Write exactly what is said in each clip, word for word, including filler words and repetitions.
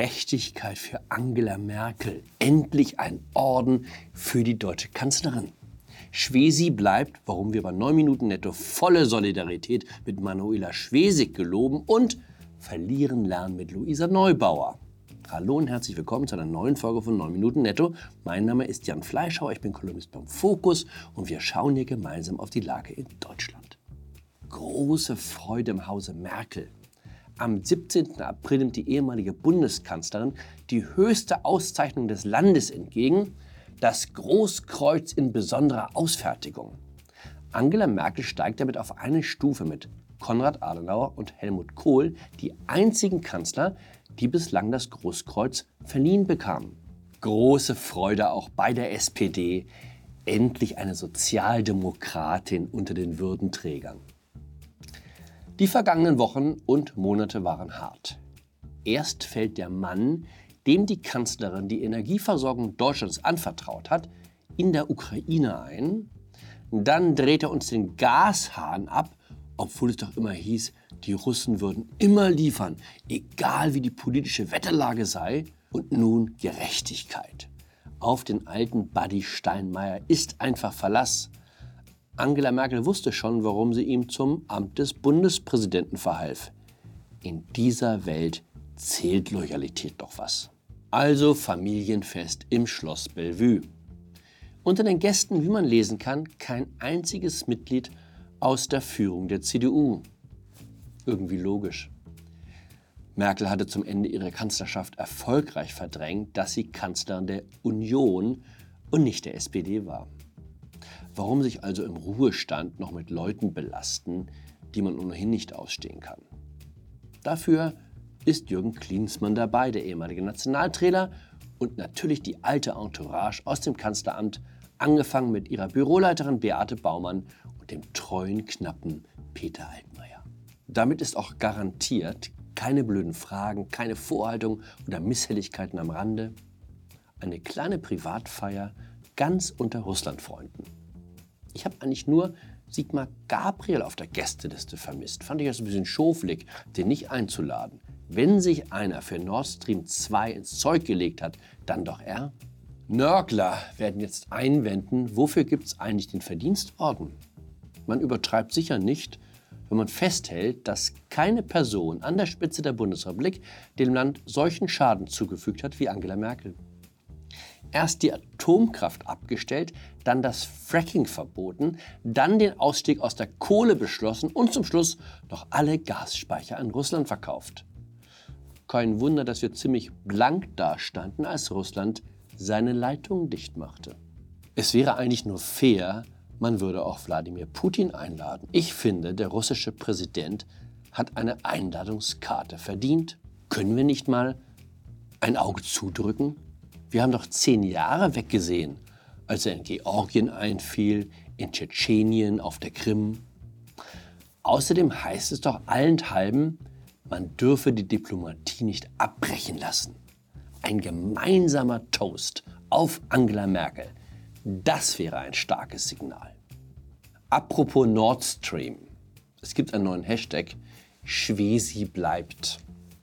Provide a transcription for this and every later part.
Gerechtigkeit für Angela Merkel. Endlich ein Orden für die deutsche Kanzlerin. Schwesi bleibt, warum wir bei neun Minuten netto volle Solidarität mit Manuela Schwesig geloben und verlieren lernen mit Luisa Neubauer. Hallo und herzlich willkommen zu einer neuen Folge von neun Minuten netto. Mein Name ist Jan Fleischhauer, ich bin Kolumnist beim Fokus und wir schauen hier gemeinsam auf die Lage in Deutschland. Große Freude im Hause Merkel. Am siebzehnten April nimmt die ehemalige Bundeskanzlerin die höchste Auszeichnung des Landes entgegen, das Großkreuz in besonderer Ausfertigung. Angela Merkel steigt damit auf eine Stufe mit Konrad Adenauer und Helmut Kohl, die einzigen Kanzler, die bislang das Großkreuz verliehen bekamen. Große Freude auch bei der S P D, endlich eine Sozialdemokratin unter den Würdenträgern. Die vergangenen Wochen und Monate waren hart. Erst fällt der Mann, dem die Kanzlerin die Energieversorgung Deutschlands anvertraut hat, in der Ukraine ein. Dann dreht er uns den Gashahn ab, obwohl es doch immer hieß, die Russen würden immer liefern, egal wie die politische Wetterlage sei. Und nun Gerechtigkeit. Auf den alten Buddy Steinmeier ist einfach Verlass. Angela Merkel wusste schon, warum sie ihm zum Amt des Bundespräsidenten verhalf. In dieser Welt zählt Loyalität doch was. Also Familienfest im Schloss Bellevue. Unter den Gästen, wie man lesen kann, kein einziges Mitglied aus der Führung der C D U. Irgendwie logisch. Merkel hatte zum Ende ihrer Kanzlerschaft erfolgreich verdrängt, dass sie Kanzlerin der Union und nicht der S P D war. Warum sich also im Ruhestand noch mit Leuten belasten, die man ohnehin nicht ausstehen kann? Dafür ist Jürgen Klinsmann dabei, der ehemalige Nationaltrainer, und natürlich die alte Entourage aus dem Kanzleramt, angefangen mit ihrer Büroleiterin Beate Baumann und dem treuen Knappen Peter Altmaier. Damit ist auch garantiert keine blöden Fragen, keine Vorhaltungen oder Misshelligkeiten am Rande. Eine kleine Privatfeier ganz unter Russlandfreunden. Ich habe eigentlich nur Sigmar Gabriel auf der Gästeliste vermisst. Fand ich das ein bisschen schoflig, den nicht einzuladen. Wenn sich einer für Nord Stream zwei ins Zeug gelegt hat, dann doch er. Nörgler werden jetzt einwenden, wofür gibt es eigentlich den Verdienstorden? Man übertreibt sicher nicht, wenn man festhält, dass keine Person an der Spitze der Bundesrepublik dem Land solchen Schaden zugefügt hat wie Angela Merkel. Erst die Atomkraft abgestellt, dann das Fracking verboten, dann den Ausstieg aus der Kohle beschlossen und zum Schluss noch alle Gasspeicher an Russland verkauft. Kein Wunder, dass wir ziemlich blank dastanden, als Russland seine Leitungen dicht machte. Es wäre eigentlich nur fair, man würde auch Wladimir Putin einladen. Ich finde, der russische Präsident hat eine Einladungskarte verdient. Können wir nicht mal ein Auge zudrücken? Wir haben doch zehn Jahre weggesehen, als er in Georgien einfiel, in Tschetschenien, auf der Krim. Außerdem heißt es doch allenthalben, man dürfe die Diplomatie nicht abbrechen lassen. Ein gemeinsamer Toast auf Angela Merkel. Das wäre ein starkes Signal. Apropos Nord Stream. Es gibt einen neuen Hashtag, Schwesi bleibt.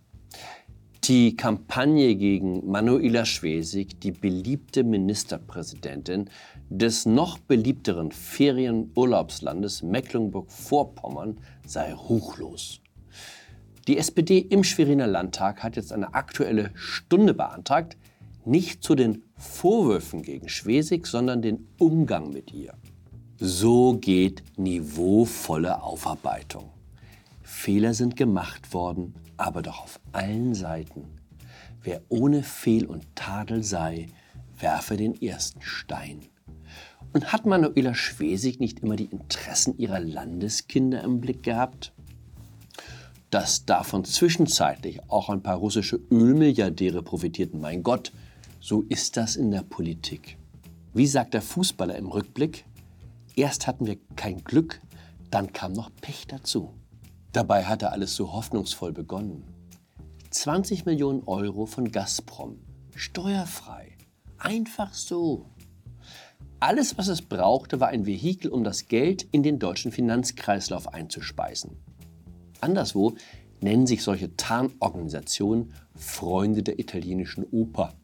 Die Kampagne gegen Manuela Schwesig, die beliebte Ministerpräsidentin des noch beliebteren Ferienurlaubslandes Mecklenburg-Vorpommern, sei ruchlos. Die S P D im Schweriner Landtag hat jetzt eine Aktuelle Stunde beantragt, nicht zu den Vorwürfen gegen Schwesig, sondern den Umgang mit ihr. So geht niveauvolle Aufarbeitung. Fehler sind gemacht worden, aber doch auf allen Seiten. Wer ohne Fehl und Tadel sei, werfe den ersten Stein. Und hat Manuela Schwesig nicht immer die Interessen ihrer Landeskinder im Blick gehabt? Dass davon zwischenzeitlich auch ein paar russische Ölmilliardäre profitierten, mein Gott, so ist das in der Politik. Wie sagt der Fußballer im Rückblick? Erst hatten wir kein Glück, dann kam noch Pech dazu. Dabei hatte alles so hoffnungsvoll begonnen. zwanzig Millionen Euro von Gazprom, steuerfrei, einfach so. Alles, was es brauchte, war ein Vehikel, um das Geld in den deutschen Finanzkreislauf einzuspeisen. Anderswo nennen sich solche Tarnorganisationen Freunde der italienischen Oper.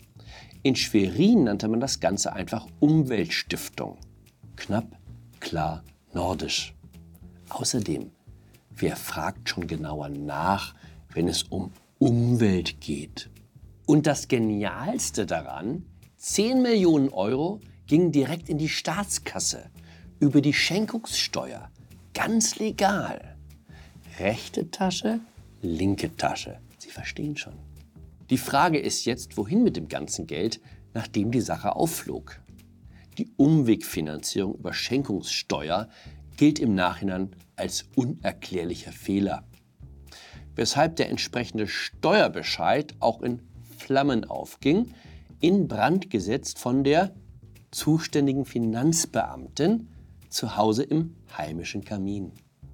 In Schwerin nannte man das Ganze einfach Umweltstiftung. Knapp, klar, nordisch. Außerdem, wer fragt schon genauer nach, wenn es um Umwelt geht? Und das Genialste daran, zehn Millionen Euro gingen direkt in die Staatskasse über die Schenkungssteuer. Ganz legal. Rechte Tasche, linke Tasche. Sie verstehen schon. Die Frage ist jetzt, wohin mit dem ganzen Geld, nachdem die Sache aufflog? Die Umwegfinanzierung über Schenkungssteuer gilt im Nachhinein als unerklärlicher Fehler, weshalb der entsprechende Steuerbescheid auch in Flammen aufging, in Brand gesetzt von der zuständigen Finanzbeamtin zu Hause im heimischen Kamin.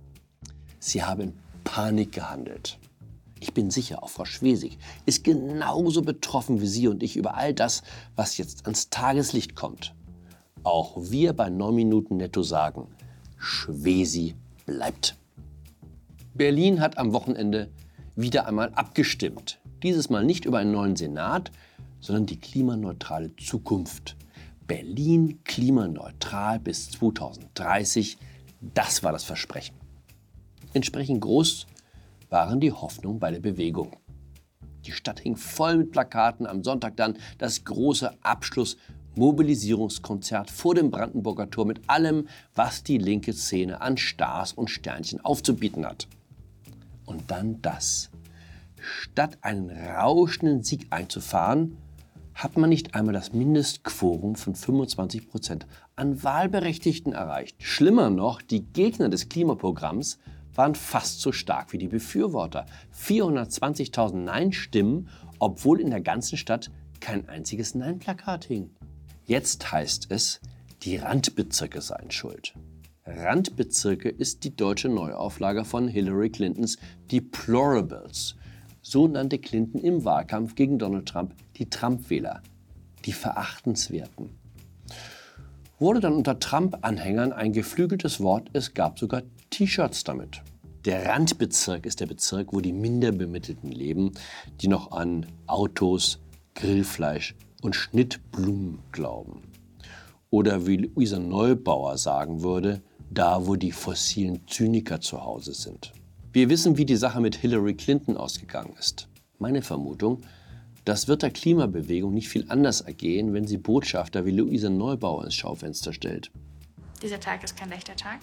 Sie haben in Panik gehandelt. Ich bin sicher, auch Frau Schwesig ist genauso betroffen wie Sie und ich über all das, was jetzt ans Tageslicht kommt. Auch wir bei neun Minuten Netto sagen, Schwesi bleibt. Berlin hat am Wochenende wieder einmal abgestimmt. Dieses Mal nicht über einen neuen Senat, sondern die klimaneutrale Zukunft. Berlin klimaneutral bis zweitausenddreißig, das war das Versprechen. Entsprechend groß waren die Hoffnungen bei der Bewegung. Die Stadt hing voll mit Plakaten, am Sonntag dann das große Abschluss-Mobilisierungskonzert vor dem Brandenburger Tor mit allem, was die linke Szene an Stars und Sternchen aufzubieten hat. Und dann das. Statt einen rauschenden Sieg einzufahren, hat man nicht einmal das Mindestquorum von fünfundzwanzig Prozent an Wahlberechtigten erreicht. Schlimmer noch, die Gegner des Klimaprogramms waren fast so stark wie die Befürworter. vierhundertzwanzigtausend Nein-Stimmen, obwohl in der ganzen Stadt kein einziges Nein-Plakat hing. Jetzt heißt es, die Randbezirke seien schuld. Randbezirke ist die deutsche Neuauflage von Hillary Clintons Deplorables. So nannte Clinton im Wahlkampf gegen Donald Trump die Trump-Wähler, die Verachtenswerten. Wurde dann unter Trump-Anhängern ein geflügeltes Wort, es gab sogar T-Shirts damit. Der Randbezirk ist der Bezirk, wo die Minderbemittelten leben, die noch an Autos, Grillfleisch und Schnittblumen glauben. Oder wie Luisa Neubauer sagen würde, da wo die fossilen Zyniker zu Hause sind. Wir wissen, wie die Sache mit Hillary Clinton ausgegangen ist. Meine Vermutung, das wird der Klimabewegung nicht viel anders ergehen, wenn sie Botschafter wie Luisa Neubauer ins Schaufenster stellt. Dieser Tag ist kein leichter Tag.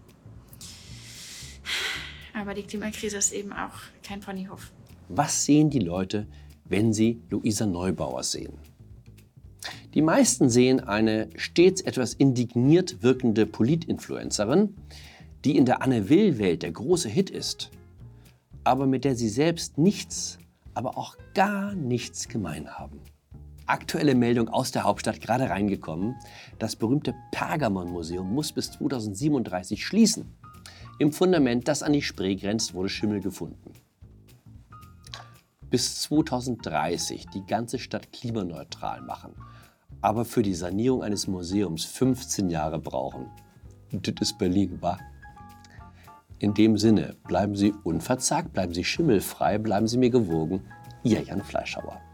Aber die Klimakrise ist eben auch kein Ponyhof. Was sehen die Leute, wenn sie Luisa Neubauer sehen? Die meisten sehen eine stets etwas indigniert wirkende Politinfluencerin, die in der Anne-Will-Welt der große Hit ist, aber mit der sie selbst nichts, aber auch gar nichts gemein haben. Aktuelle Meldung aus der Hauptstadt, gerade reingekommen. Das berühmte Pergamon-Museum muss bis zweitausendsiebenunddreißig schließen. Im Fundament, das an die Spree grenzt, wurde Schimmel gefunden. Bis zweitausenddreißig die ganze Stadt klimaneutral machen, aber für die Sanierung eines Museums fünfzehn Jahre brauchen. Das ist Berlin, wa? In dem Sinne, bleiben Sie unverzagt, bleiben Sie schimmelfrei, bleiben Sie mir gewogen. Ihr Jan Fleischhauer.